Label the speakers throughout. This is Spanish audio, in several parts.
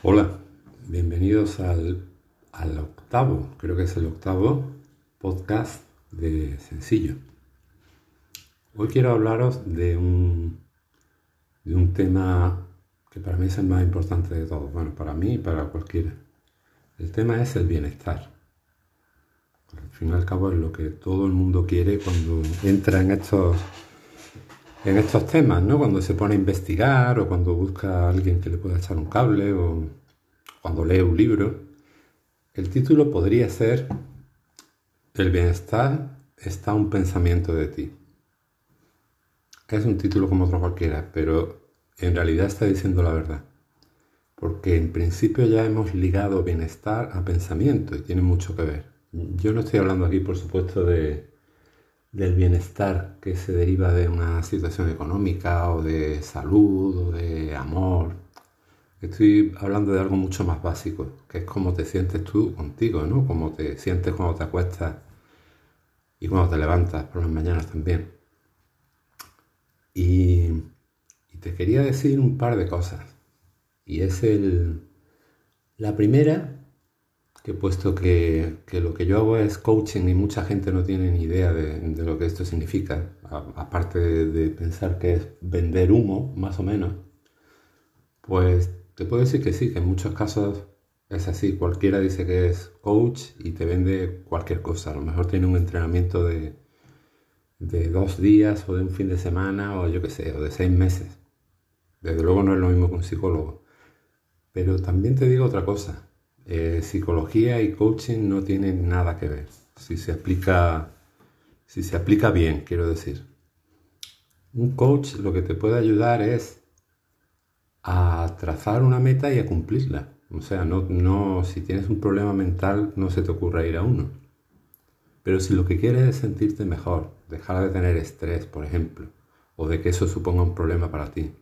Speaker 1: Hola, bienvenidos al octavo, creo que es el octavo podcast de Sencillo. Hoy quiero hablaros de un tema que para mí es el más importante de todos, bueno, para mí y para cualquiera. El tema es el bienestar. Al fin y al cabo es lo que todo el mundo quiere cuando entra en estos temas, ¿no? Cuando se pone a investigar o cuando busca a alguien que le pueda echar un cable o cuando lee un libro. El título podría ser El bienestar está a un pensamiento de ti. Es un título como otro cualquiera, pero en realidad está diciendo la verdad. Porque en principio ya hemos ligado bienestar a pensamiento y tiene mucho que ver. Yo no estoy hablando aquí, por supuesto, del bienestar que se deriva de una situación económica o de salud o de amor. Estoy hablando de algo mucho más básico, que es cómo te sientes tú contigo, ¿no? Cómo te sientes cuando te acuestas y cuando te levantas por las mañanas también. Y, y te quería decir un par de cosas. Y es la primera, que puesto que lo que yo hago es coaching y mucha gente no tiene ni idea de lo que esto significa, aparte de pensar que es vender humo, más o menos, pues te puedo decir que sí, que en muchos casos es así. Cualquiera dice que es coach y te vende cualquier cosa. A lo mejor tiene un entrenamiento de 2 días o de un fin de semana o yo qué sé, o de 6 meses. Desde luego no es lo mismo que un psicólogo. Pero también te digo otra cosa. Psicología y coaching no tienen nada que ver. Si se aplica bien, quiero decir. Un coach lo que te puede ayudar es a trazar una meta y a cumplirla. O sea, no, si tienes un problema mental no se te ocurra ir a uno. Pero si lo que quieres es sentirte mejor, dejar de tener estrés, por ejemplo, o de que eso suponga un problema para ti,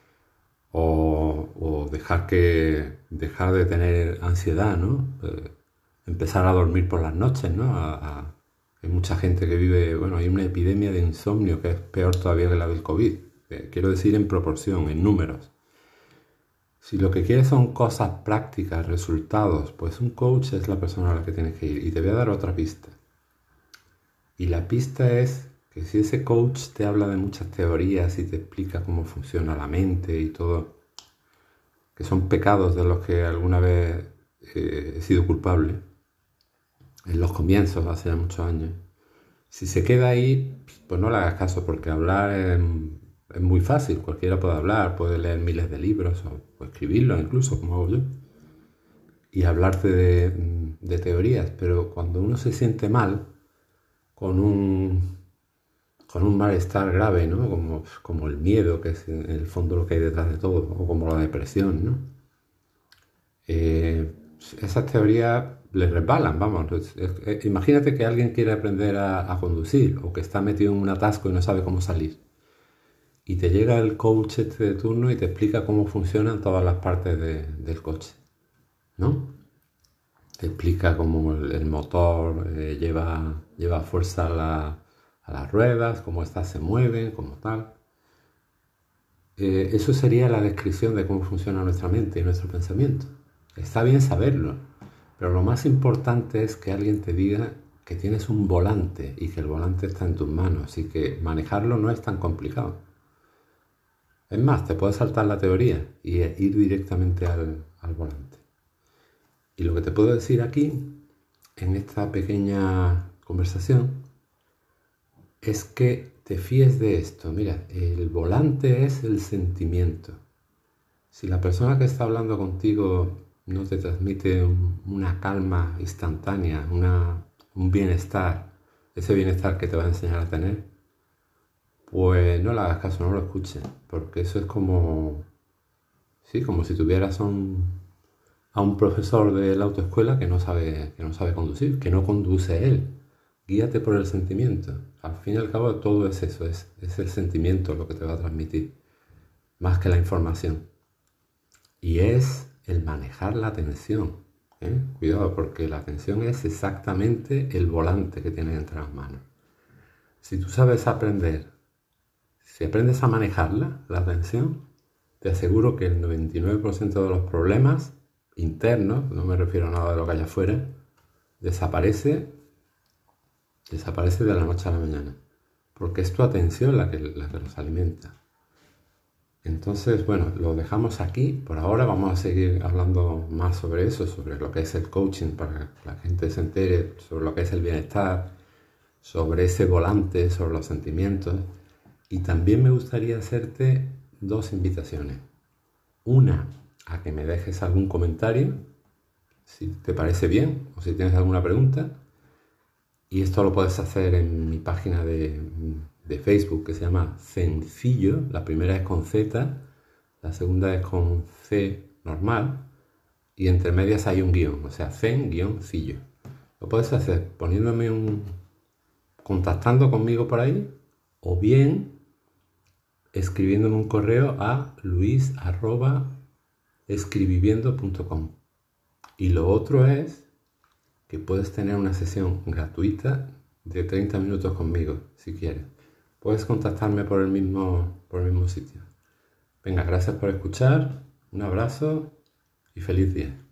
Speaker 1: o dejar de tener ansiedad, ¿no? Empezar a dormir por las noches, ¿no? Hay mucha gente que vive, bueno, hay una epidemia de insomnio que es peor todavía que la del COVID. Quiero decir en proporción, en números. Si lo que quieres son cosas prácticas, resultados, pues un coach es la persona a la que tienes que ir. Y te voy a dar otra pista. Y la pista es que si ese coach te habla de muchas teorías y te explica cómo funciona la mente y todo, que son pecados de los que alguna vez he sido culpable, en los comienzos, hace ya muchos años, si se queda ahí, pues no le hagas caso, porque hablar es muy fácil, cualquiera puede hablar, puede leer miles de libros o escribirlos incluso, como hago yo, y hablarte de teorías, pero cuando uno se siente mal, con un malestar grave, ¿no? Como el miedo, que es en el fondo lo que hay detrás de todo, o como la depresión, ¿no? Eh, Esas teorías les resbalan, vamos. Imagínate que alguien quiere aprender a conducir o que está metido en un atasco y no sabe cómo salir. Y te llega el coach este de turno y te explica cómo funcionan todas las partes del coche, ¿no? Te explica cómo el motor lleva fuerza a las ruedas, cómo estas se mueven, cómo tal. Eso sería la descripción de cómo funciona nuestra mente y nuestro pensamiento. Está bien saberlo, pero lo más importante es que alguien te diga que tienes un volante y que el volante está en tus manos y que manejarlo no es tan complicado. Es más, te puedes saltar la teoría y ir directamente al volante. Y lo que te puedo decir aquí, en esta pequeña conversación, es que te fíes de esto. Mira, el volante es el sentimiento. Si la persona que está hablando contigo no te transmite una calma instantánea, un bienestar, ese bienestar que te va a enseñar a tener, pues no le hagas caso, no lo escuches, porque eso es como, sí, como si tuvieras a un profesor de la autoescuela que no sabe conducir, que no conduce él. Guíate por el sentimiento. Al fin y al cabo todo es eso, es el sentimiento lo que te va a transmitir, más que la información. Y es el manejar la atención. Cuidado, porque la atención es exactamente el volante que tienes entre las manos. Si tú sabes aprender, si aprendes a manejarla, la atención, te aseguro que el 99% de los problemas interno, no me refiero a nada de lo que hay afuera, desaparece de la noche a la mañana, porque es tu atención la que los alimenta. Entonces, bueno, lo dejamos aquí. Por ahora vamos a seguir hablando más sobre eso, sobre lo que es el coaching, para que la gente se entere sobre lo que es el bienestar, sobre ese volante, sobre los sentimientos. Y también me gustaría hacerte dos invitaciones. Una, a que me dejes algún comentario, si te parece bien, o si tienes alguna pregunta. Y esto lo puedes hacer en mi página de Facebook, que se llama Zencillo. La primera es con Z, la segunda es con C normal, y entre medias hay un guión, o sea, Zen-Cillo. Lo puedes hacer contactando conmigo por ahí, o bien escribiéndome un correo a luis@escribiviendo.com. Y lo otro es que puedes tener una sesión gratuita de 30 minutos conmigo, si quieres. Puedes contactarme por el mismo sitio. Venga, gracias por escuchar, un abrazo y feliz día.